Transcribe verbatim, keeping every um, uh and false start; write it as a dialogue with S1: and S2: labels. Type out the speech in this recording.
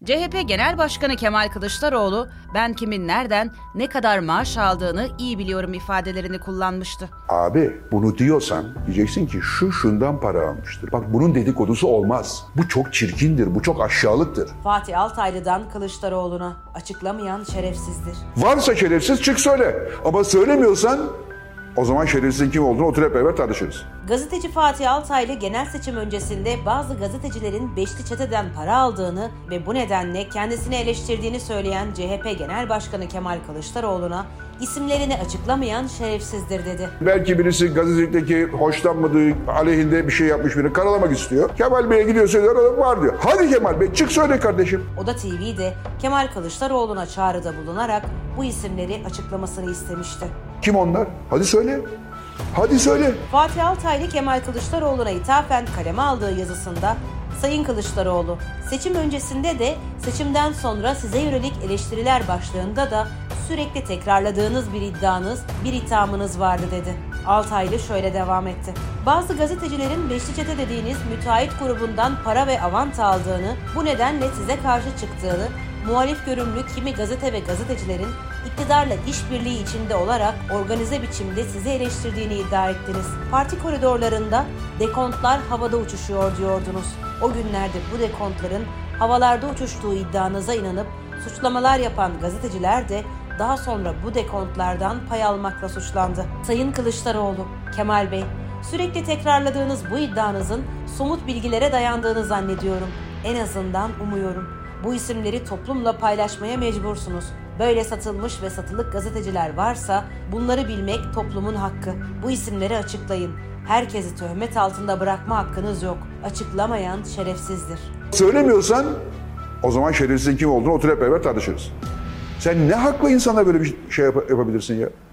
S1: C H P Genel Başkanı Kemal Kılıçdaroğlu, ben kimin nereden, ne kadar maaş aldığını iyi biliyorum ifadelerini kullanmıştı.
S2: Abi bunu diyorsan diyeceksin ki şu şundan para almıştır. Bak bunun dedikodusu olmaz. Bu çok çirkindir, bu çok aşağılıktır.
S3: Fatih Altaylı'dan Kılıçdaroğlu'na açıklamayan şerefsizdir.
S2: Varsa şerefsiz çık söyle. Ama söylemiyorsan o zaman şerefsizin kim olduğunu oturup beraber tartışırız.
S3: Gazeteci Fatih Altaylı genel seçim öncesinde bazı gazetecilerin beşli çeteden para aldığını ve bu nedenle kendisini eleştirdiğini söyleyen C H P Genel Başkanı Kemal Kılıçdaroğlu'na isimlerini açıklamayan şerefsizdir dedi.
S2: Belki birisi gazetedeki hoşlanmadığı aleyhinde bir şey yapmış birini karalamak istiyor. Kemal Bey'e gidiyor söylüyor, var diyor. Hadi Kemal Bey çık söyle kardeşim.
S3: O da T V'de Kemal Kılıçdaroğlu'na çağrıda bulunarak bu isimleri açıklamasını istemişti.
S2: Kim onlar? Hadi söyle. Hadi söyle.
S3: Fatih Altaylı Kemal Kılıçdaroğlu'na ithafen kaleme aldığı yazısında Sayın Kılıçdaroğlu, seçim öncesinde de seçimden sonra size yönelik eleştiriler başlığında da sürekli tekrarladığınız bir iddianız, bir ithamınız vardı dedi. Altaylı şöyle devam etti. Bazı gazetecilerin beşli çete dediğiniz müteahhit grubundan para ve avant aldığını, bu nedenle size karşı çıktığını, muhalif görünümlü kimi gazete ve gazetecilerin iktidarla işbirliği içinde olarak organize biçimde sizi eleştirdiğini iddia ettiniz. Parti koridorlarında dekontlar havada uçuşuyor diyordunuz. O günlerde bu dekontların havalarda uçuştuğu iddianıza inanıp suçlamalar yapan gazeteciler de daha sonra bu dekontlardan pay almakla suçlandı. Sayın Kılıçdaroğlu, Kemal Bey, sürekli tekrarladığınız bu iddianızın somut bilgilere dayandığını zannediyorum. En azından umuyorum. Bu isimleri toplumla paylaşmaya mecbursunuz. Böyle satılmış ve satılık gazeteciler varsa bunları bilmek toplumun hakkı. Bu isimleri açıklayın. Herkesi töhmet altında bırakma hakkınız yok. Açıklamayan şerefsizdir.
S2: Söylemiyorsan o zaman şerefsizin kim olduğunu oturup beraber tartışırız. Sen ne hakla insana böyle bir şey yap- yapabilirsin ya?